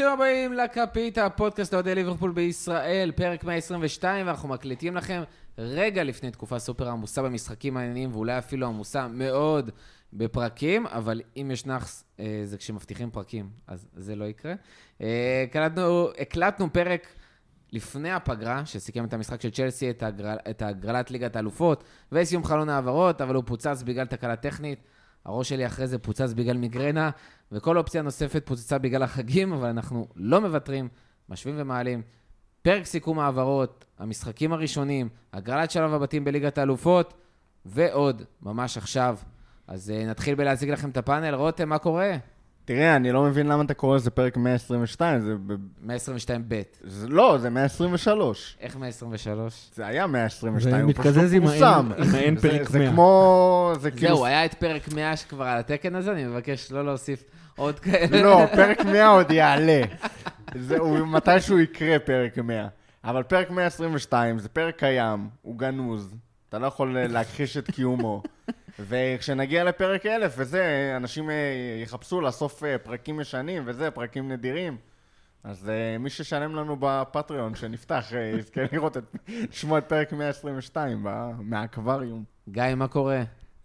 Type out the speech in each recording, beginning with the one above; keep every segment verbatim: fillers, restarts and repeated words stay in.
ברוכים הבאים לכפית, הפודקאסט לאוהדי ליברפול בישראל, פרק מאה עשרים ושתיים, ואנחנו מקליטים לכם רגע לפני תקופה סופר עמוסה במשחקים העניינים, ואולי אפילו עמוסה מאוד בפרקים, אבל אם יש נחס, זה כשמבטיחים פרקים, אז זה לא יקרה. הקלטנו, הקלטנו פרק לפני הפגרה, שסיכם את המשחק של צ'לסי, את, הגרל, את הגרלת ליגת האלופות, וסיום חלון העברות, אבל הוא פוצץ בגלל תקלה טכנית. הראש שלי אחרי זה פוצץ בגלל מיגרנה, וכל אופציה נוספת פוצצה בגלל החגים, אבל אנחנו לא מוותרים, משווים ומעלים. פרק סיכום העברות, המשחקים הראשונים, הגרלת שלב הבתים בליגת האלופות, ועוד, ממש עכשיו. אז uh, נתחיל בלהציג לכם את הפאנל. רותם, מה קורה? תראה, אני לא מבין למה אתה קורא לזה פרק מאה עשרים ושתיים, זה... מאה עשרים ושתיים ב'. זה, לא, זה מאה עשרים ושלוש. איך מאה עשרים ושלוש? זה היה מאה עשרים ושתיים, זה הוא פשוט מתקזז עם פורסם. האין פרק מאה. זה כמו... זה כאילו... זהו, היה את פרק מאה שכבר על התקן הזה, אני מבקש לא להוסיף עוד כאלה. לא, פרק מאה עוד יעלה. זהו, מתישהו יקרה פרק מאה. אבל פרק מאה עשרים ושתיים זה פרק קיים, הוא גנוז, אתה לא יכול להכחיש את קיומו. וכשנגיע לפרק אלף וזה, אנשים יחפשו לאסוף פרקים ישנים וזה, פרקים נדירים. אז מי ששלם לנו בפטריון שנפתח, יזכה לראות את, לשמוע את פרק מאה עשרים ושתיים מהאקווריום. גיא, מה קורה?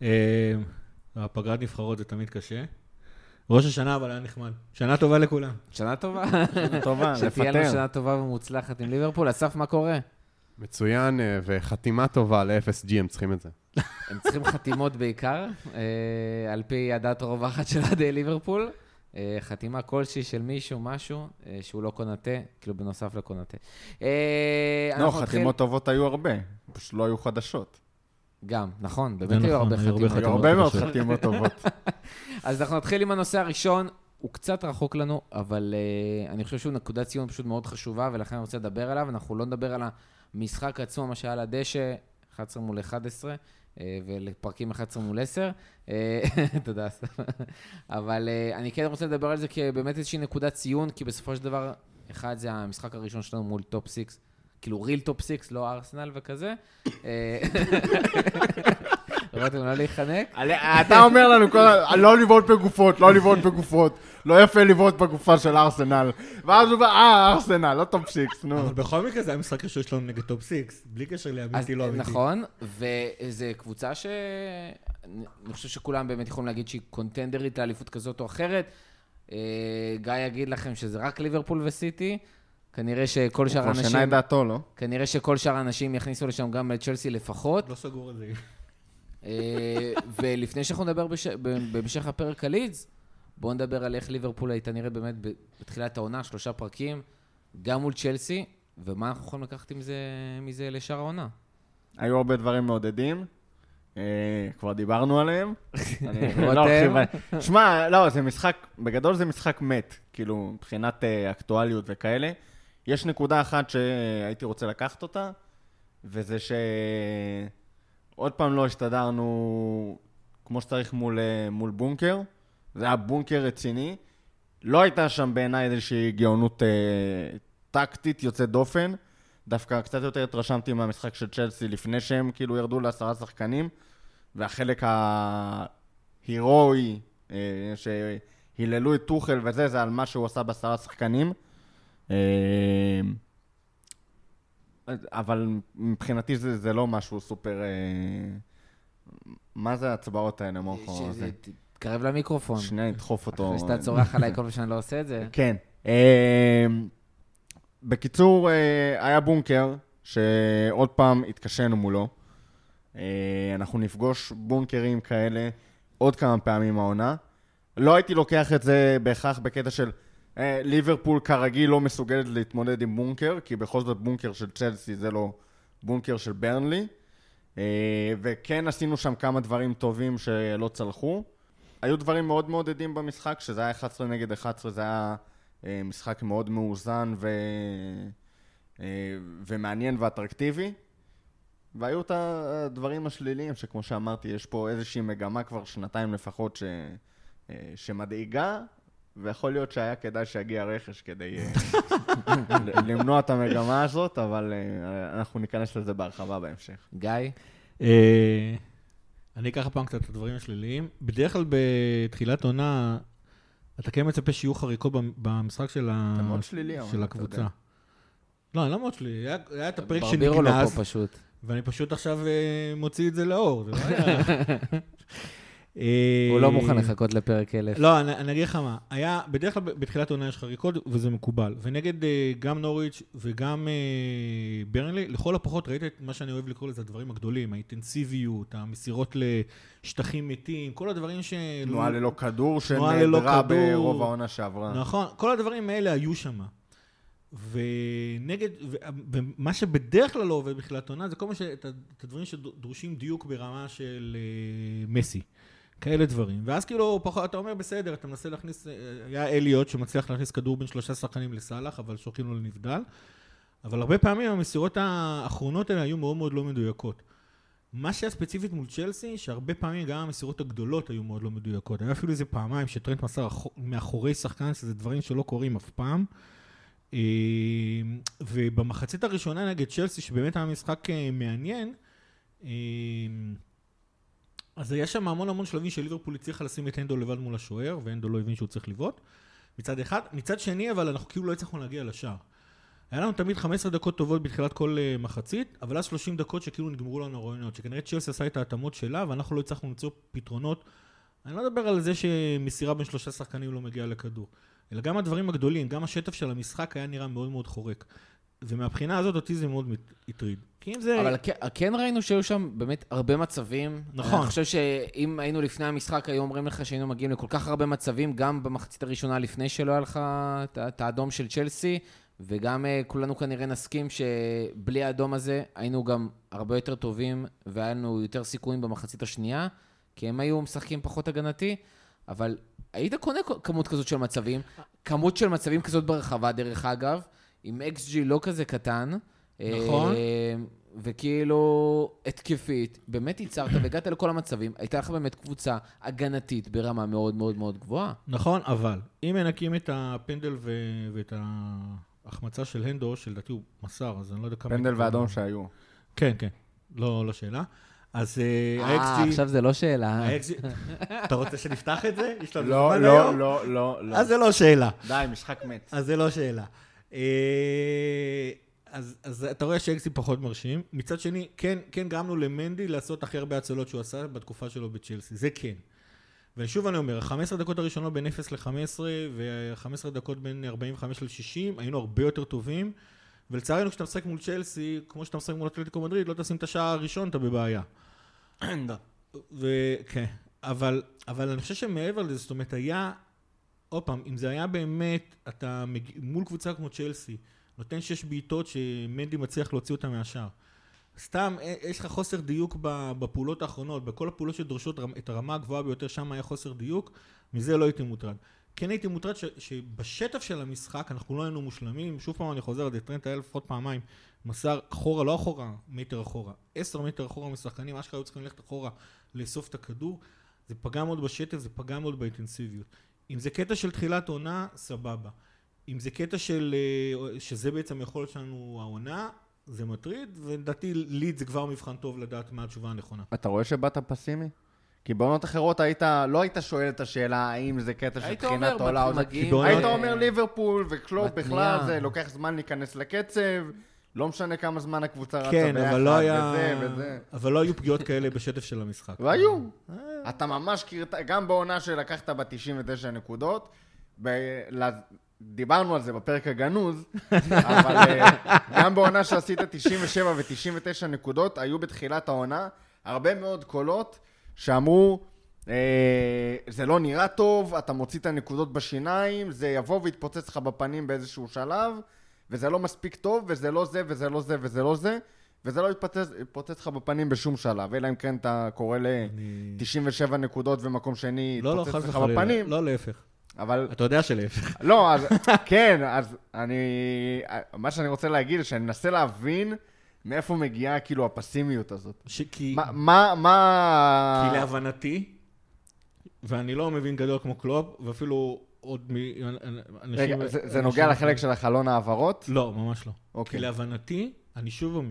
הפגרת נבחרות זה תמיד קשה. ראש השנה אבל היה נחמד. שנה טובה לכולם. שנה טובה. שנה טובה, לפטר. שתהיה לנו שנה טובה ומוצלחת עם ליברפול. אסף, מה קורה? מצוין, וחתימה טובה ל-אף אס ג'י, הם צריכים את זה. הם צריכים חתימות בעיקר, על פי הדת הרווחת של עדי ליברפול. חתימה כלשהי של מישהו, משהו, שהוא לא קונטה, כאילו בנוסף לקונטה. לא, חתימות טובות היו הרבה, פשוט לא היו חדשות. גם, נכון, באמת היו הרבה חתימות. היו הרבה מאוד חתימות טובות. אז אנחנו נתחיל עם הנושא הראשון, הוא קצת רחוק לנו, אבל אני חושב שהוא נקודת ציון פשוט מאוד חשובה, ולכן אני רוצה לדבר עליו, אנחנו לא נדבר על המשחק עצמו, מה שהיה על הדשא, אחת עשרה מול אחת עשרה, ולפרקים אחת עשרה מול עשר. תודה. אבל אני כן רוצה לדבר על זה כבאמת איזושהי נקודת ציון, כי בסופו של דבר, אחד זה המשחק הראשון שלנו מול טופ סיקס, כאילו ריל טופ סיקס, לא ארסנל וכזה. ראיתם, לא להיחנק? אתה אומר לנו, לא לבעוט בגופות, לא לבעוט בגופות. לא יפה לבעוט בגופה של ארסנל. ואז הוא בא, אה, ארסנל, לא טופ סיקס, נו. אבל בכל מקרה זה היה משחק ראשון שלנו נגד טופ סיקס, בלי קשר לאמיתי לא אמיתי. נכון, וזו קבוצה ש... אני חושב שכולם באמת יכולים להגיד שהיא קונטנדרית לאליפות כזאת או אחרת. גיא יגיד לכם שזה רק ליברפול וסיטי. כנראה שכל שאר האנשים... הוא כבר שנה את דעתו, לא? כנראה שכל שאר האנשים יכניסו לשם גם את צ'לסי לפחות. לא סגור את זה. ולפני שאנחנו נדבר במשך הפרק על לידס, בואו נדבר על איך ליברפול הייתה נראית באמת בתחילת העונה, שלושה פרקים, גם מול צ'לסי, ומה אנחנו יכולים לקחת מזה לשאר העונה? היו הרבה דברים מעודדים, כבר דיברנו עליהם. שמע, לא, זה משחק, בגדול זה משחק מת, כאילו, מבחינת אקטואליות וכאלה. יש נקודה אחת שהייתי רוצה לקחת אותה, וזה ש... עוד פעם לא השתדרנו כמו שצריך מול, מול בונקר. זה היה בונקר רציני. לא הייתה שם בעיניי איזושהי גאונות אה, טקטית יוצאת דופן. דווקא קצת יותר התרשמתי מהמשחק של צ'לסי לפני שהם כאילו ירדו לעשרה שחקנים. והחלק ההירואי אה, שהיללו את טוחל וזה, זה על מה שהוא עשה בעשרה שחקנים. אה, אבל מבחינתי זה, זה לא משהו סופר... מה זה הצבעות האלה, מוחו? תקרב למיקרופון. שנייה, נדחוף אותו. אחרי שאתה צורח עליי כל שאני לא עושה את זה. כן. בקיצור, היה בונקר שעוד פעם התקשנו מולו. אנחנו נפגוש בונקרים כאלה עוד כמה פעמים העונה. לא הייתי לוקח את זה בהכרח בקטע של... ליברפול כרגיל לא מסוגלת להתמודד עם בונקר, כי בכל זאת בונקר של צ'לסי זה לא בונקר של ברנלי, וכן עשינו שם כמה דברים טובים שלא צלחו. היו דברים מאוד מעודדים במשחק, שזה היה אחת עשרה נגד אחת עשרה, זה היה משחק מאוד מאוזן ו... ומעניין ואטרקטיבי, והיו את הדברים השליליים, שכמו שאמרתי, יש פה איזושהי מגמה כבר שנתיים לפחות ש... שמדאיגה, ויכול להיות שהיה כדאי שיגיע רכש כדי למנוע את המגמה הזאת, אבל אנחנו ניכנס לזה בהרחבה בהמשך. גיא? אני אקח הפעם קצת את הדברים השליליים. בדרך כלל בתחילת עונה, אתה כן מצפה שיהיו חריקות במשחק של אתה מאוד שלילי, אבל של אתה הקבוצה. יודע. לא, אני לא מאוד שלילי. היה- היה את הפרק ברבירו לו שנגנז, פה פשוט. ואני פשוט עכשיו אה, מוציא את זה לאור. זה לא היה... אה, הוא לא מוכן לחכות לפרק אלף. לא, אני, אני אגיד לך מה, היה, בדרך כלל בתחילת העונה יש חריקות וזה מקובל, ונגד uh, גם נוריץ' וגם uh, ברנלי, לכל הפחות ראית את מה שאני אוהב לקרוא לזה, הדברים הגדולים, האינטנסיביות, המסירות לשטחים מתים, כל הדברים ש... תנועה ללא כדור תנועה ללא שנעדרה כדור. ברוב העונה שעברה. נכון, כל הדברים האלה היו שם. ונגד, ו- ומה שבדרך כלל לא עובד בתחילת העונה, זה כל מה ש... את הדברים שדרושים דיוק ברמה של uh, מסי. כאלה דברים. ואז כאילו, פחות, אתה אומר, בסדר, אתה מנסה להכניס, היה אליוט שמצליח להכניס כדור בין שלושה שחקנים לסלח, אבל שורקים לו לנבדל. אבל הרבה פעמים המסירות האחרונות האלה היו מאוד מאוד לא מדויקות. מה שהיה ספציפית מול צ'לסי, שהרבה פעמים גם המסירות הגדולות היו מאוד לא מדויקות. היה אפילו איזה פעמיים שטרנט מסר מאחורי שחקן, שזה דברים שלא קורים אף פעם. ובמחצית הראשונה נגד צ'לסי, שבאמת היה משחק מעניין, אז היה שם המון המון שלבים שליברפול הצליחה לשים את הנדו לבד מול השוער, והנדו לא הבין שהוא צריך לבעוט. מצד אחד, מצד שני, אבל אנחנו כאילו לא הצלחנו להגיע לשער. היה לנו תמיד חמש עשרה דקות טובות בתחילת כל uh, מחצית, אבל אז שלושים דקות שכאילו נגמרו לנו הרעיונות, שכנראה צ'לסי עשה את ההתאמות שלה, ואנחנו לא הצלחנו למצוא פתרונות. אני לא מדבר על זה שמסירה בין שלושה שחקנים לא מגיעה לכדור, אלא גם הדברים הגדולים, גם השטף של המשחק היה נראה מאוד מאוד חורק. ומהבחינה הזאת אותי זה מאוד הטריד. כי אם זה... אבל כן ראינו שהיו שם באמת הרבה מצבים. נכון. אני חושב שאם היינו לפני המשחק, היו אומרים לך שהיינו מגיעים לכל כך הרבה מצבים, גם במחצית הראשונה לפני שלא היה לך את האדום של צ'לסי, וגם כולנו כנראה נסכים שבלי האדום הזה היינו גם הרבה יותר טובים, והיה לנו יותר סיכויים במחצית השנייה, כי הם היו משחקים פחות הגנתי, אבל היית קונה כמות כזאת של מצבים, כמות של מצבים כזאת ברחבה דרך אגב, עם אקס ג'י לא כזה קטן, נכון. וכאילו התקפית, באמת ייצרת והגעת לכל המצבים, הייתה לך באמת קבוצה הגנתית ברמה מאוד מאוד מאוד גבוהה. נכון, אבל אם מנקים את הפנדל ו- ואת ההחמצה של הנדו, שלדעתי הוא מסר, אז אני לא יודע כמה... פנדל ואדום שהיו. כן, כן, לא, לא שאלה. אז אה, עכשיו זה לא שאלה. אתה רוצה שנפתח את זה? יש לנו לא, זמן לא, היום? לא, לא, לא. אז זה לא שאלה. די, משחק מת. אז זה לא שאלה. אז, אז אתה רואה שאקסי פחות מרשים. מצד שני, כן, כן גרמנו למנדי לעשות הכי הרבה הצלות שהוא עשה בתקופה שלו בצ'לסי. זה כן. ושוב אני אומר, חמש עשרה דקות הראשונות בין אפס ל-חמש עשרה, ו-חמש עשרה דקות בין ארבעים וחמש ל-שישים, היינו הרבה יותר טובים. ולצערנו, כשאתה משחק מול צ'לסי, כמו שאתה משחק מול אתלטיקו מדריד, לא תשים את השעה הראשון, אתה בבעיה. וכן, אבל, אבל אני חושב שמעבר לזה, זאת אומרת, היה, עוד פעם, אם זה היה באמת, אתה מג... מול קבוצה כמו צ'לסי, נותן שש בעיטות שמנדי מצליח להוציא אותה מהשאר. סתם, יש לך חוסר דיוק בפעולות האחרונות, בכל הפעולות שדורשות את הרמה הגבוהה ביותר, שם היה חוסר דיוק, מזה לא הייתי מוטרד. כן הייתי מוטרד ש... שבשטף של המשחק אנחנו לא היינו מושלמים, שוב פעם אני חוזר, זה טרנט היה לפחות פעמיים, מסר אחורה, לא אחורה, מטר אחורה, עשר מטר אחורה משחקנים, אשכרה היו צריכים ללכת אחורה, לאסוף את הכדור, זה פגע מאוד בשטף, זה פגע מאוד באינטנסיביות. אם זה קטע של תחילת עונה, סבבה. אם זה קטע של, שזה בעצם יכולת שלנו העונה, זה מטריד, ולדעתי ליד זה כבר מבחן טוב לדעת מה התשובה הנכונה. אתה רואה שבאת פסימי? כי בעונות אחרות היית, לא היית שואל את השאלה האם זה קטע של תחינת העולה או זה. היית אומר ליברפול וקלופ בכלל, זה לוקח זמן להיכנס לקצב, לא משנה כמה זמן הקבוצה רצה כן, ביחד, אבל לא היה... וזה וזה. אבל לא היו פגיעות כאלה בשטף של המשחק. והיו. אתה ממש קראת, גם בעונה שלקחת ב-תשעים ותשע נקודות, דיברנו על זה בפרק הגנוז, אבל גם בעונה שעשית תשעים ושבע ו-תשעים ותשע נקודות, היו בתחילת העונה הרבה מאוד קולות שאמרו, זה לא נראה טוב, אתה מוציא את הנקודות בשיניים, זה יבוא ויתפוצץ לך בפנים באיזשהו שלב, וזה לא מספיק טוב, וזה לא זה, וזה לא זה, וזה לא זה, וזה לא יתפוצץ לך בפנים בשום שלב, אלא אם כן אתה קורא ל-תשעים ושבע נקודות ומקום שני יתפוצץ לך בפנים. לא, להפך. אבל... אתה יודע שלהפך. לא, אז כן, אז אני... מה שאני רוצה להגיד, שאני אנסה להבין מאיפה מגיעה כאילו הפסימיות הזאת. שכי... מה, מה, מה... כי להבנתי, ואני לא מבין גדול כמו קלופ, ואפילו עוד אנשים... רגע, זה, זה נוגע לחלק של החלון העברות? לא, ממש לא. אוקיי. כי להבנתי, אני שוב אומר,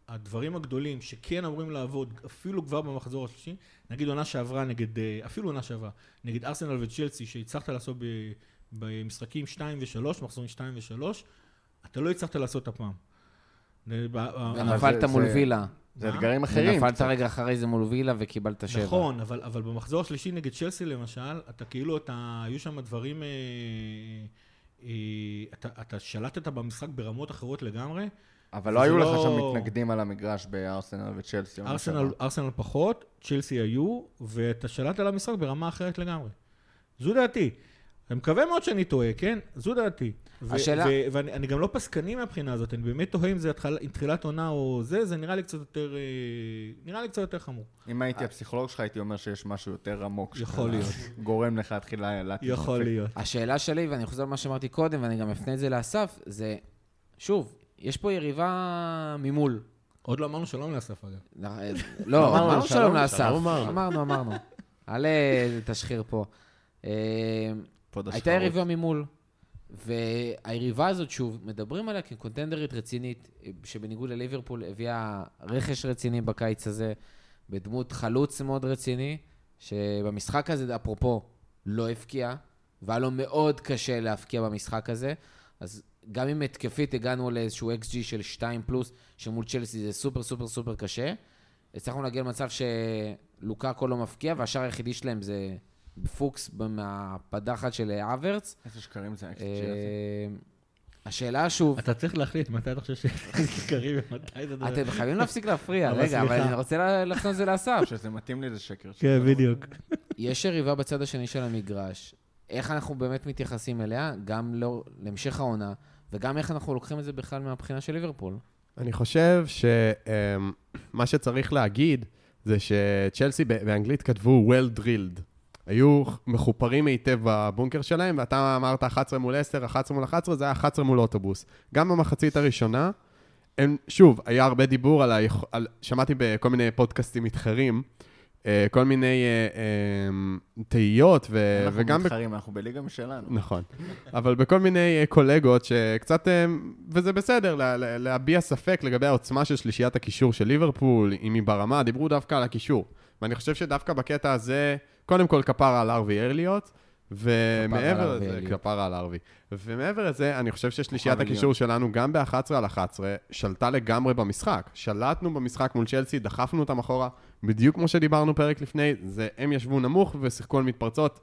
הדברים הגדולים שכן אמורים לעבוד, אפילו כבר במחזור השלישי, נגיד עונה שעברה נגד, אפילו עונה שעברה, נגד ארסנל וצ'לסי, שהצלחת לעשות במשחקים שתיים ושלוש, מחזורים שתיים ושלוש, אתה לא הצלחת לעשות הפעם. ונפלת מול וילה. זה אתגרים אחרים. ונפלת רגע אחרי זה מול וילה וקיבלת שבע. נכון, אבל, אבל במחזור השלישי נגד צ'לסי למשל, אתה כאילו, אתה, היו שם דברים, אה, אה, אתה, אתה שלטת במשחק ברמות אחרות לגמרי. אבל לא היו לך שם מתנגדים על המגרש בארסנל וצ'לסי. ארסנל, ארסנל פחות, צ'לסי היו, ואתה שלטת על המשחק ברמה אחרת לגמרי. זו דעתי. אני מקווה מאוד שאני טועה, כן? זו דעתי. השאלה... ואני גם לא פסקני מהבחינה הזאת, אני באמת תוהה אם זה עם תחילת עונה או זה, זה נראה לי קצת יותר, נראה לי קצת יותר חמור. אם הייתי הפסיכולוג שלך, הייתי אומר שיש משהו יותר עמוק. יכול להיות. גורם לך להתחיל להטיל. יכול להיות. השאלה שלי, ואני חוזר למה שאמרתי קודם, ואני גם אפנה את זה לאסף, זה, שוב, יש פה יריבה ממול. עוד לא אמרנו שלום לאסף, אגב. לא, אמרנו שלום לאסף. אמרנו, אמרנו. עלה תשחיר פה. הייתה יריבה ממול, והיריבה הזאת, שוב, מדברים עליה כקונטנדרית רצינית, שבניגוד לליברפול הביאה רכש רציני בקיץ הזה, בדמות חלוץ מאוד רציני, שבמשחק הזה, אפרופו, לא הפקיע, והיה לו מאוד קשה להפקיע במשחק הזה, אז גם אם התקפית הגענו לאיזשהו אקס ג'י של שתיים פלוס, שמול צ'לסי זה סופר סופר סופר קשה, הצלחנו להגיע למצב שלוקאקו לא מפקיע, והשאר היחידי שלהם זה בפוקס מהפדחת של אברץ. איזה שקרים זה אקס ג'י הזה? השאלה שוב... אתה צריך להחליט מתי אתה חושב שזה שקרים ומתי זה... אתם חייבים להפסיק להפריע, רגע, אבל אני רוצה לחזור את זה לאסף. שזה מתאים לי, זה שקר. כן, בדיוק. יש יריבה בצד השני של המגרש. איך אנחנו באמת מתייחסים אליה, גם לא, להמשך העונה, וגם איך אנחנו לוקחים את זה בכלל מהבחינה של ליברפול. אני חושב שמה שצריך להגיד, זה שצ'לסי באנגלית כתבו well drilled. היו מחופרים היטב בבונקר שלהם, ואתה אמרת אחת עשרה מול עשר, אחת עשרה מול אחת עשרה, זה היה אחת עשרה מול אוטובוס. גם במחצית הראשונה, הם, שוב, היה הרבה דיבור על, היכ... על... שמעתי בכל מיני פודקאסטים מתחרים, כל מיני תהיות, ו... אנחנו וגם... מתחרים, אנחנו בליגה משלנו. נכון. אבל בכל מיני קולגות שקצת, וזה בסדר, להביע ספק לגבי העוצמה של שלישיית הקישור של ליברפול, אם היא ברמה, דיברו דווקא על הקישור. ואני חושב שדווקא בקטע הזה, קודם כל כפרה על ארווי ארליות, ומעבר לזה, כפרה על ארווי. ומעבר לזה, אני חושב ששלישיית הקישור שלנו, גם ב-אחת עשרה על אחת עשרה, שלטה לגמרי במשחק. שלטנו במשחק מול צ'לסי, דחפנו אותם אחורה, בדיוק כמו שדיברנו פרק לפני, זה הם ישבו נמוך ושיחקו על מתפרצות.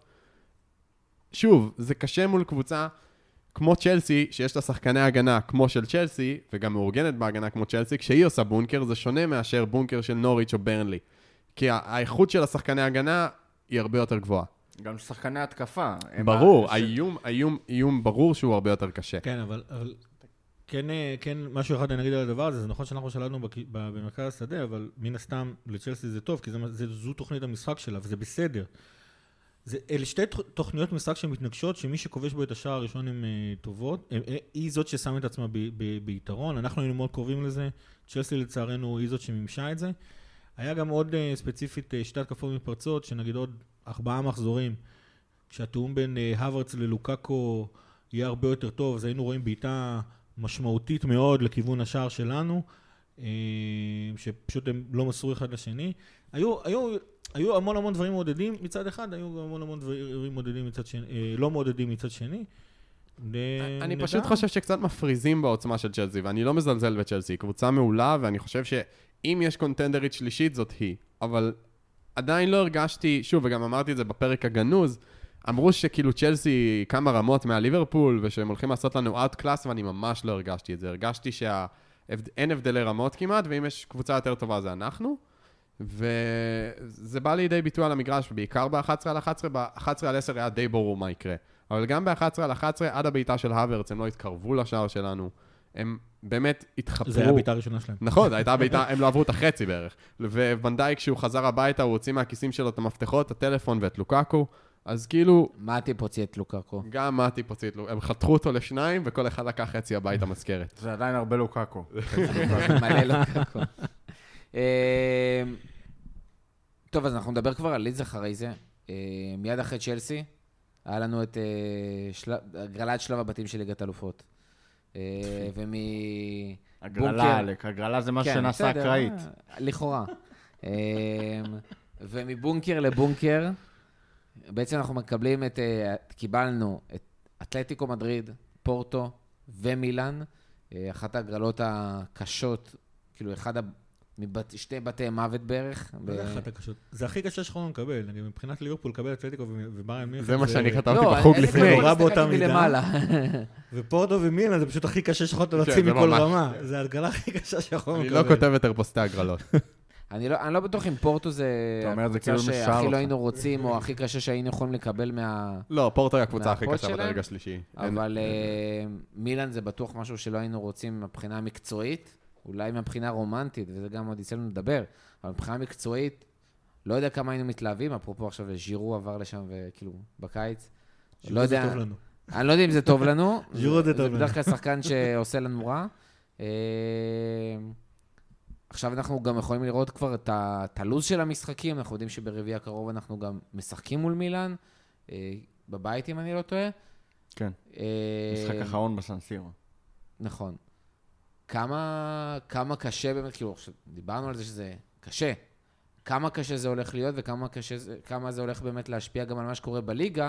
שוב, זה קשה מול קבוצה כמו צ'לסי, שיש לה שחקני הגנה כמו של צ'לסי, וגם מאורגנת בהגנה כמו צ'לסי, כשהיא עושה בונקר, זה שונה מאשר בונקר של נוריץ' או ברנלי. כי האיכות של השחקני הגנה היא הרבה יותר גבוהה. גם שחקני התקפה. ברור, האיום, האיום, איום ברור שהוא הרבה יותר קשה. כן, אבל, אבל כן, כן, משהו אחד אני אגיד על הדבר הזה, זה נכון שאנחנו שלטנו במרכז השדה, אבל מן הסתם לצ'לסי זה טוב, כי זה, זה, זו תוכנית המשחק שלה, וזה בסדר. זה, אלה שתי תוכניות משחק שמתנגשות, שמי שכובש בו את השער הראשון הן טובות, היא זאת ששמה את עצמה ב, ב, ביתרון, אנחנו היינו מאוד קרובים לזה, צ'לסי לצערנו היא זאת שממשה את זה. היה גם עוד ספציפית שתי התקפות מתפרצות, שנגיד עוד ארבעה מחזורים, כשהתאום בין הוורץ ללוקאקו יהיה הרבה יותר טוב, אז היינו רואים בעיטה משמעותית מאוד לכיוון השער שלנו, שפשוט הם לא מסרו אחד לשני. היו, היו, היו המון המון דברים מעודדים מצד אחד, היו המון המון דברים מעודדים מצד שני, לא מעודדים מצד שני. אני פשוט חושב שקצת מפריזים בעוצמה של צ'לסי, ואני לא מזלזל בצ'לסי, היא קבוצה מעולה, ואני חושב שאם יש קונטנדרית שלישית זאת היא, אבל עדיין לא הרגשתי, שוב, וגם אמרתי את זה בפרק הגנוז, אמרו שכאילו צ'לסי כמה רמות מהליברפול, ושהם הולכים לעשות לנו אאוט קלאס, ואני ממש לא הרגשתי את זה. הרגשתי שאין הבדלי רמות כמעט, ואם יש קבוצה יותר טובה זה אנחנו, וזה בא לידי ביטוי על המגרש, ובעיקר ב-אחת עשרה על אחת עשרה, ב-אחת עשרה על עשר היה די ברור מה יקרה. אבל גם ב-אחת עשרה על אחת עשרה, עד הביתה של הוורץ, הם לא התקרבו לשער שלנו, הם באמת התחפרו. זה היה הביתה הראשונה שלהם. נכון, הייתה הביתה, הם לא עברו את החצי בערך. ובנדאי, כשהוא חזר הביתה, הוא הוציא מהכיסים שלו את המפתחות, את הטלפון ואת לוקאקו, אז כאילו... מאטיפ הוציא את לוקאקו. גם מאטיפ הוציא את לוקאקו. הם חתכו אותו לשניים, וכל אחד לקח חצי הביתה מזכרת. זה עדיין הרבה לוקאקו. מלא לוקאקו. טוב, אז אנחנו נדבר כבר על לידס אחרי זה. מיד אחרי צ'לסי, היה לנו את הגרלת שלב הבתים של ליגת אלופות. הגרלה, אלק, הגרלה זה מה שנעשה אקראית. לכאורה. ומבונקר לבונקר, בעצם אנחנו מקבלים את, קיבלנו את אתלטיקו מדריד, פורטו ומילאן, אחת ההגרלות הקשות, כאילו אחד משתי בתי מוות בערך. זה אחת הקשות. זה הכי קשה שאנחנו נקבל, מבחינת ליברפול לקבל אתלטיקו וביירן מינכן. זה מה שאני כתבתי בחוג לפני. זה נורא באותה מידה. ופורטו ומילאן זה פשוט הכי קשה שאנחנו להוציא מכל רמה. זה ההגרלה הכי קשה שאנחנו נקבל. אני לא כותב יותר פוסטי הגרלות. אני לא, אני לא בטוח אם פורטו זה הקבוצה שהכי לא היינו רוצים, או הכי קשה שהיינו יכולים לקבל מה... לא, פורטו היא הקבוצה הכי קשה בדרג השלישי. אבל מילאן זה בטוח משהו שלא היינו רוצים מבחינה מקצועית, אולי מבחינה רומנטית, וזה גם עוד יצא לנו לדבר, אבל מבחינה מקצועית, לא יודע כמה היינו מתלהבים, אפרופו עכשיו ז'ירו עבר לשם וכאילו בקיץ. לא יודע, זה טוב לנו. אני לא יודע אם זה טוב לנו. ז'ירו זה טוב לנו. זה בדרך כלל שחקן שעושה לנו רע. עכשיו אנחנו גם יכולים לראות כבר את הלוז של המשחקים, אנחנו יודעים שברביעי הקרוב אנחנו גם משחקים מול מילאן, בבית אם אני לא טועה. כן, משחק אחרון בסנסירו. נכון. כמה, כמה קשה באמת, כאילו, דיברנו על זה שזה קשה, כמה קשה זה הולך להיות וכמה קשה, כמה זה הולך באמת להשפיע גם על מה שקורה בליגה,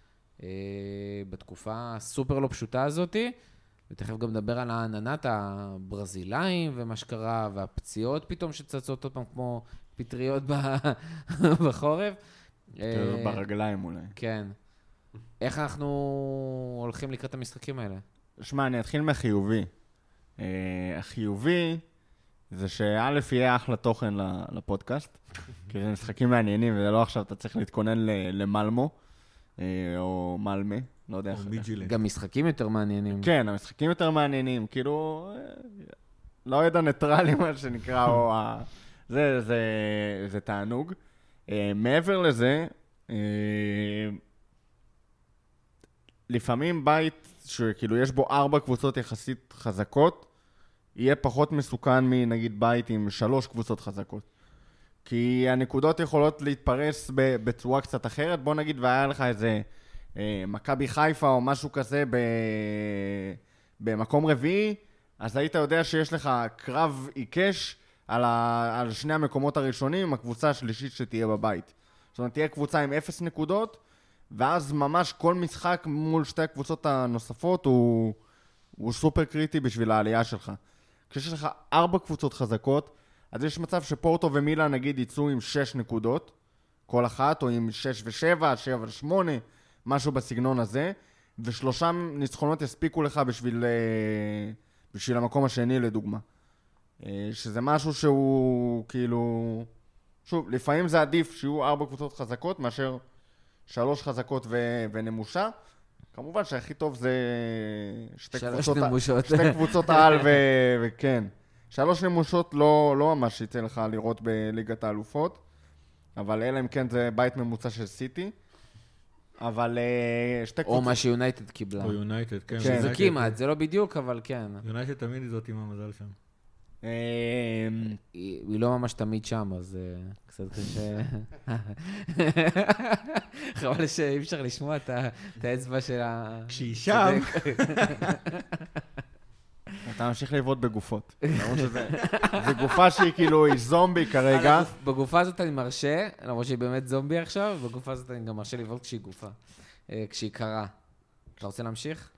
בתקופה הסופר לא פשוטה הזאת, ותכף גם נדבר על העננת הברזילאים ומה שקרה, והפציעות פתאום שצצות עוד פעם כמו פטריות בחורף. ברגליים אולי. כן. איך אנחנו הולכים לקראת המשחקים האלה? שמע, אני אתחיל מהחיובי. החיובי זה שא' יהיה אחלה תוכן לפודקאסט, כי זה משחקים מעניינים, וזה לא עכשיו אתה צריך להתכונן למלמו, או מלמה. לא יודע איך. גם משחקים יותר מעניינים. כן, המשחקים יותר מעניינים, כאילו, לא יודע ניטרלי מה שנקרא, או ה... זה, זה, זה תענוג. מעבר לזה, לפעמים בית שכאילו יש בו ארבע קבוצות יחסית חזקות, יהיה פחות מסוכן מנגיד בית עם שלוש קבוצות חזקות. כי הנקודות יכולות להתפרס בצורה קצת אחרת. בוא נגיד והיה לך איזה מכבי חיפה או משהו כזה במקום רביעי, אז היית יודע שיש לך קרב עיקש על, ה... על שני המקומות הראשונים, הקבוצה השלישית שתהיה בבית. זאת אומרת, תהיה קבוצה עם אפס נקודות, ואז ממש כל משחק מול שתי הקבוצות הנוספות הוא, הוא סופר קריטי בשביל העלייה שלך. כשיש לך ארבע קבוצות חזקות, אז יש מצב שפורטו ומילה נגיד יצאו עם שש נקודות, כל אחת, או עם שש ושבע, שבע ושמונה, משהו בסגנון הזה, ושלושה ניצחונות יספיקו לך בשביל, בשביל המקום השני לדוגמה. שזה משהו שהוא כאילו... שוב, לפעמים זה עדיף שיהיו ארבע קבוצות חזקות מאשר שלוש חזקות ו... ונמושה. כמובן שהכי טוב זה שתי קבוצות, שתי קבוצות על ו... וכן. שלוש נמושות לא, לא ממש יצא לך לראות בליגת האלופות, אבל אלא אם כן זה בית ממוצע של סיטי. אבל שתי קבוצות... או מה שיונייטד קיבלה. או יונייטד, כן. שזה כמעט, זה לא בדיוק, אבל כן. יונייטד תמיד זאת עם המזל שם. היא לא ממש תמיד שם, אז קצת קשה. חבל שאי אפשר לשמוע את האצבע של ה... כשהיא שם. אתה ממשיך לעבוד בגופות. זה גופה שהיא כאילו, היא זומבי כרגע. בגופה הזאת אני מרשה, למרות שהיא באמת זומבי עכשיו, בגופה הזאת אני גם מרשה לעבוד כשהיא גופה. כשהיא קרה. אתה רוצה להמשיך?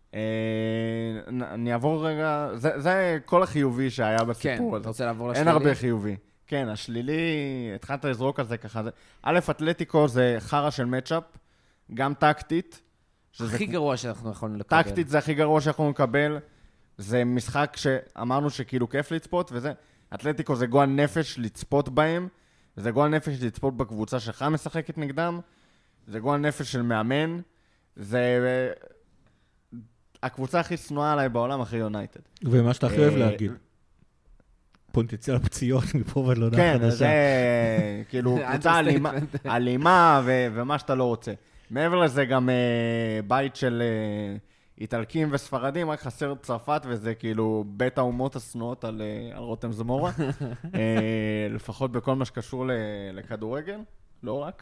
אני אעבור רגע, זה כל החיובי שהיה בסיפור הזה. כן, אתה רוצה לעבור לשלילי? אין הרבה חיובי. כן, השלילי, התחלת לזרוק על זה ככה. א', אתלטיקו זה חרה של מצ'אפ, גם טקטית. הכי גרוע שאנחנו יכולים לקבל. טקטית זה הכי גרוע שאנחנו נקבל. זה משחק שאמרנו שכאילו כיף לצפות, וזה, אתלטיקו זה גועל נפש לצפות בהם, זה גועל נפש לצפות בקבוצה שלך משחקת נגדם, זה גועל נפש של מאמן, זה... הקבוצה הכי שנואה עליי בעולם, אחרי יונייטד. ומה שאתה הכי אוהב להגיד. פוטנציאל פציעות מפה ועד לא יודע חדשה. כן, זה כאילו קבוצה אלימה ומה שאתה לא רוצה. מעבר לזה גם בית של איטלקים וספרדים, רק חסר צרפת, וזה כאילו בית האומות השנואות על רותם זמורה. לפחות בכל מה שקשור לכדורגל, לא רק.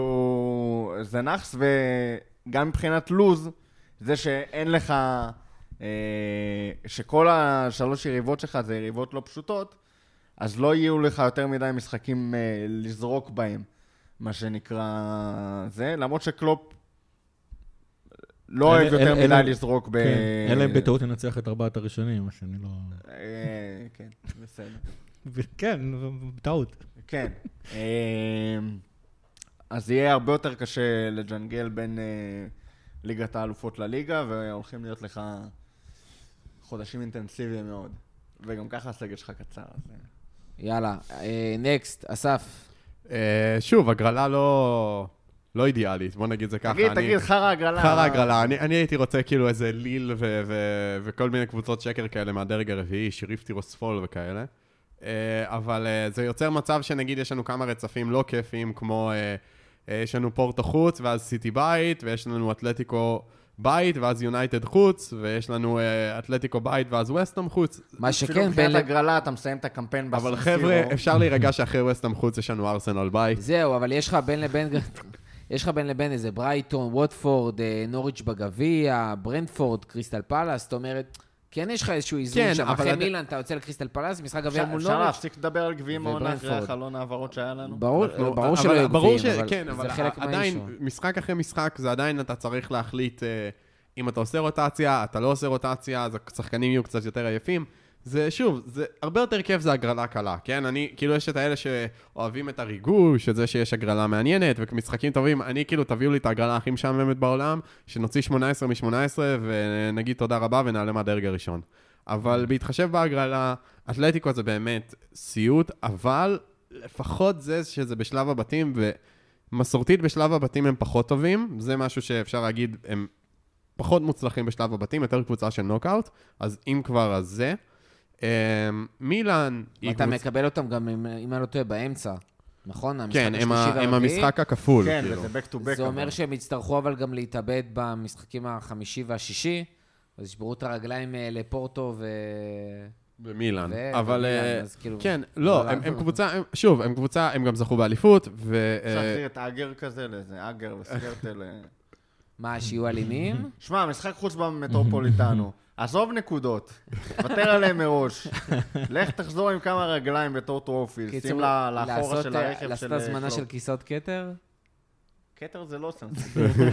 וכאילו זה נחס, וגם מבחינת לוז, זה שאין לך שכל השלוש יריבות שלך זה יריבות לא פשוטות, אז לא יהיו לך יותר מדי משחקים לזרוק בהם, מה שנקרא זה, למרות שקלופ לא אוהב יותר מדי לזרוק ב... אלא אם בטעות ננצח את ארבעת הראשונים, מה שאני לא... כן, בסדר. כן, בטעות. כן. אז יהיה הרבה יותר קשה לג'נגל בין ליגת האלופות לליגה, והולכים להיות לך חודשים אינטנסיביים מאוד. וגם ככה הסגל שלך קצר. יאללה, נקסט, אסף. שוב, הגרלה לא... לא אידיאלית, בוא נגיד זה ככה. תגיד, תגיד, חרא הגרלה. חרא הגרלה, אני הייתי רוצה כאילו איזה ליל וכל מיני קבוצות שקר כאלה מהדרג הרביעי, שריף טירוספול וכאלה. אבל זה יוצר מצב שנגיד יש לנו כמה רצפים לא כיפיים, כמו יש לנו פורטו חוץ, ואז סיטי בית, ויש לנו אתלטיקו בית, ואז יונייטד חוץ, ויש לנו אתלטיקו בית, ואז ווסטהאם חוץ. מה שכן, אפילו מבחינת הגרלה, אתה מסיים את הקמפיין בסנסירו. אבל חבר'ה, אפשר להירגע שאחרי ווסטהאם חוץ יש לנו ארסנל בית. זהו, אבל יש לך בין לבין... יש לך בין לבין איזה ברייטון, ווטפורד, נוריץ' בגביע, ברנדפורד, קריסטל פלאס, זאת אומרת, כן יש לך איזשהו איזון כן, שם, אבל אחרי עד... מילאן אתה יוצא לקריסטל פלאס, משחק גביע מול אפשר נוריץ'. להפסיק לדבר על גביעים העונה אחרי החלון העברות שהיה לנו? ברור, אנחנו... ברור שלא יהיו גביעים, אבל, כן, אבל זה חלק עדיין, מהאישו. משחק אחרי משחק, זה עדיין אתה צריך להחליט אם אתה עושה רוטציה, אתה לא עושה רוטציה, אז השחקנים יהיו קצת יותר עייפים. זה, שוב, זה הרבה יותר כיף, זה הגרלה קלה, כן? אני, כאילו, יש את האלה שאוהבים את הריגוש, את זה שיש הגרלה מעניינת, ומשחקים טובים, אני, כאילו, תביאו לי את הגרלה הכי משעממת בעולם, שנוציא שמונה עשרה מ-שמונה עשרה, ונגיד תודה רבה, ונעלה מהדרג הראשון. אבל בהתחשב בהגרלה, אתלטיקו זה באמת סיוט, אבל לפחות זה שזה בשלב הבתים, ומסורתית בשלב הבתים הם פחות טובים, זה משהו שאפשר להגיד, הם פחות מוצלחים בשלב הבתים, יותר קבוצה של נוקאוט, אז אם כבר, אז זה. מילאן... אתה מקבל אותם גם, אם אני לא טועה, באמצע, נכון? כן, עם המשחק הכפול. כן, וזה back to back. זה אומר שהם יצטרכו אבל גם להתאבד במשחקים החמישי והשישי, אז ישברו את הרגליים לפורטו ו... במילאן. אבל... כן, לא, הם קבוצה, שוב, הם קבוצה, הם גם זכו באליפות, ו... אפשר להחזיר את אגר כזה לאיזה, אגר וסקרטל... מה, שיהיו אלימים? שמע, משחק חוץ במטרופוליטנו. עזוב נקודות, ותר עליהם מראש. לך תחזור עם כמה רגליים בתור טרופיל, שים לאחורה של הרכב של... לעשות הזמנה של כיסאות קטר? קטר זה לא סנס.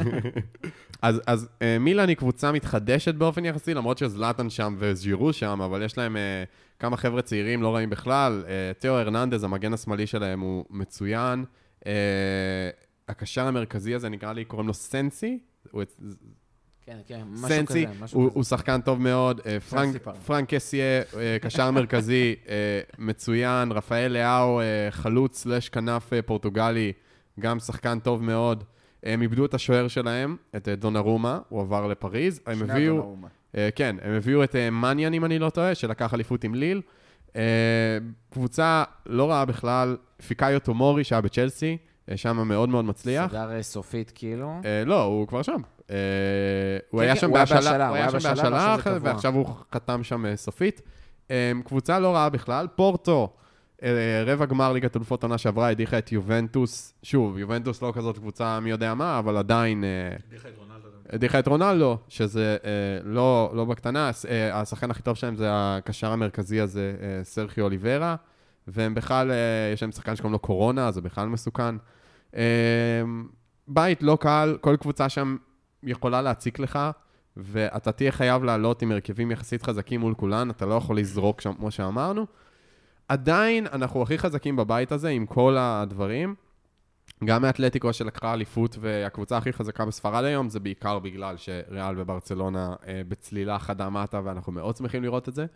אז מילאן היא קבוצה מתחדשת באופן יחסי, למרות שזלאטן שם וז'ירו שם, אבל יש להם כמה חבר'ה צעירים, לא רעים בכלל. תיאו הרננדז, המגן השמאלי שלהם, הוא מצוין. הקשר המרכזי הזה נקרא לי, קוראים לו סנסי. כן, כן, משהו סנסי, כזה. הוא, הוא שחקן טוב מאוד, פרנק, פרנק קסיה, קשר מרכזי, מצוין, רפאל לאו, חלוץ סלש כנף פורטוגלי, גם שחקן טוב מאוד. הם איבדו את השוער שלהם, את דונרומה, הוא עבר לפריז. הם הביאו, כן, הם הביאו את מניאן, אם אני לא טועה, שלקח אליפות עם ליל. קבוצה לא רעה בכלל, פיקאיו טומורי, שהיה בצ'לסי, שם מאוד מאוד מצליח. סגר סופית כאילו? לא, הוא כבר שם. הוא היה שם בהשאלה, הוא היה שם בהשאלה, ועכשיו הוא חתם שם סופית. קבוצה לא רעה בכלל. פורטו, רבע גמר ליגת אלופות עונה שעברה, הדיחה את יובנטוס. שוב, יובנטוס לא כזאת קבוצה מי יודע מה, אבל עדיין... הדיחה את רונלדו. הדיחה את רונלדו, שזה לא בקטנה. השחקן הכי טוב שלהם זה הקשר המרכזי הזה, סרחיו אוליברה, והם בכלל, יש להם שחקן שקוראים לו קורונה, זה בכלל מסוכן. בית לא קל, כל קבוצה שם יכולה להציק לך, ואתה תהיה חייב לעלות עם הרכבים יחסית חזקים מול כולן, אתה לא יכול לזרוק שם, כמו שאמרנו. עדיין, אנחנו הכי חזקים בבית הזה, עם כל הדברים. גם מאתלטיקו שלקחה אליפות, והקבוצה הכי חזקה בספרד היום, זה בעיקר בגלל שריאל וברצלונה בצלילה חדה מטה, ואנחנו מאוד שמחים לראות את זה.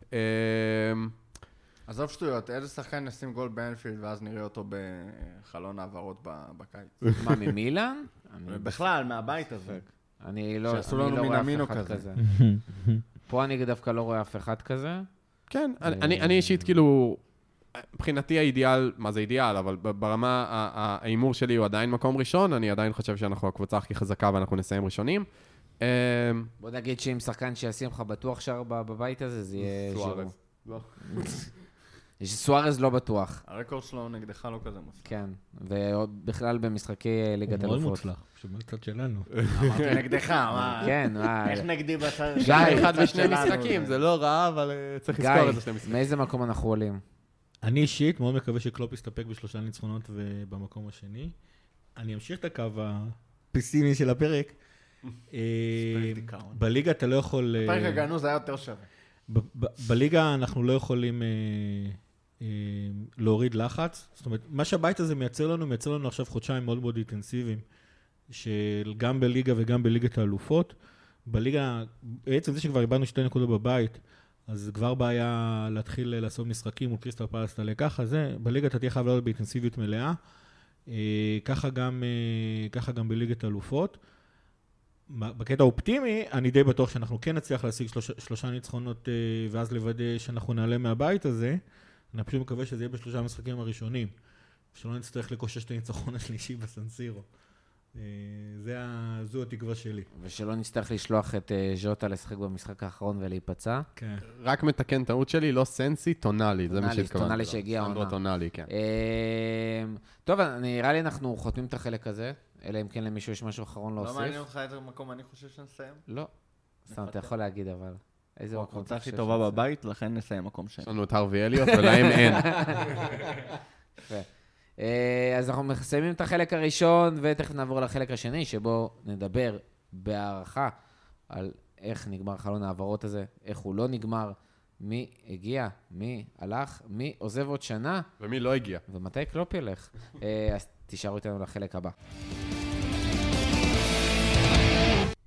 עזוב שטויות, איזה שחקן נשים גול באנפילד, ואז נראה אותו בחלון העברות בקיץ. מה, ממילאן? בכלל, מהבית הזה. אני לא רואה אף אחד כזה. פה אני דווקא לא רואה אף אחד כזה. כן, אני אישית כאילו, מבחינתי האידיאל, מה זה אידיאל, אבל ברמה, האימור שלי הוא עדיין מקום ראשון, אני עדיין חושב שאנחנו הקבוצה הכי חזקה ואנחנו נסיים ראשונים. בוא נגיד שאם שחקן שישים לך בטוח שר בבית הזה, זה יהיה ז'ירו. סוארז לא בטוח. הרקורד שלו נגדך לא כזה מוצלח. כן, ובכלל במשחקי ליגת הוא אלופות. מאוד מוצלח, שבצד שלנו. אמרתי נגדך, מה? כן, מה... איך נגדי בצד גיא, אחד בצד ושני שלנו? משחקים, זה לא רע, אבל אה, צריך לזכור את זה שני גיא, משחקים. מאיזה מקום אנחנו עולים? אני אישית מאוד מקווה שקלופ יסתפק בשלושה ניצחונות ובמקום השני. אני אמשיך את הקו הפסימי של הפרק. אה, דיכאון. בליגה אתה לא יכול... אה, פרק הגענו זה היה יותר שווה. ב- ב- בליגה אנחנו לא יכולים אה, אה, להוריד לחץ. זאת אומרת, מה שהבית הזה מייצר לנו, מייצר לנו עכשיו חודשיים מאוד מאוד אינטנסיביים, של גם בליגה וגם בליגת האלופות. בליגה, בעצם זה שכבר איבדנו שתי נקודות בבית, אז כבר בעיה להתחיל לעשות משחקים מול קריסטל פלאס תעלה ככה, זה, בליגה אתה תהיה חייב לעלות באינטנסיביות מלאה. אה, ככה גם, אה, ככה גם בליגת האלופות. בקטע האופטימי, אני די בטוח שאנחנו כן נצליח להשיג שלוש, שלושה ניצחונות אה, ואז לוודא שאנחנו נעלה מהבית הזה. אני פשוט מקווה שזה יהיה בשלושה המשחקים הראשונים, שלא נצטרך לקושש את הניצחון השלישי בסנסירו. אה, זה ה... זו התקווה שלי. ושלא נצטרך לשלוח את אה, ז'וטה לשחק במשחק האחרון ולהיפצע. כן. רק מתקן טעות שלי, לא סנסי, טונאלי, זה מה טונאלי, שהתכוונתי. טונאלי לו. שהגיע סנדרו העונה. טונאלי, כן. אה, טוב, נראה לי אנחנו חותמים את החלק הזה, אלא אם כן למישהו יש משהו אחרון לא להוסיף. מעניין אותך איזה מקום אני חושב שנסיים? לא. סתם, אתה יכול להגיד, אבל... איזה מקום אתה הקבוצה הכי חושב טובה שנסיים? בבית, לכן נסיים מקום שני. יש לנו את הרווי אליוט, ולהם אין. יפה. אה, אז אנחנו מסיימים את החלק הראשון, ותכף נעבור לחלק השני, שבו נדבר בהערכה על איך נגמר חלון העברות הזה, איך הוא לא נגמר, מי הגיע, מי הלך, מי עוזב עוד שנה, ומי לא הגיע? ומתי קלופ ילך. אה, אז תישארו איתנו לחלק הבא.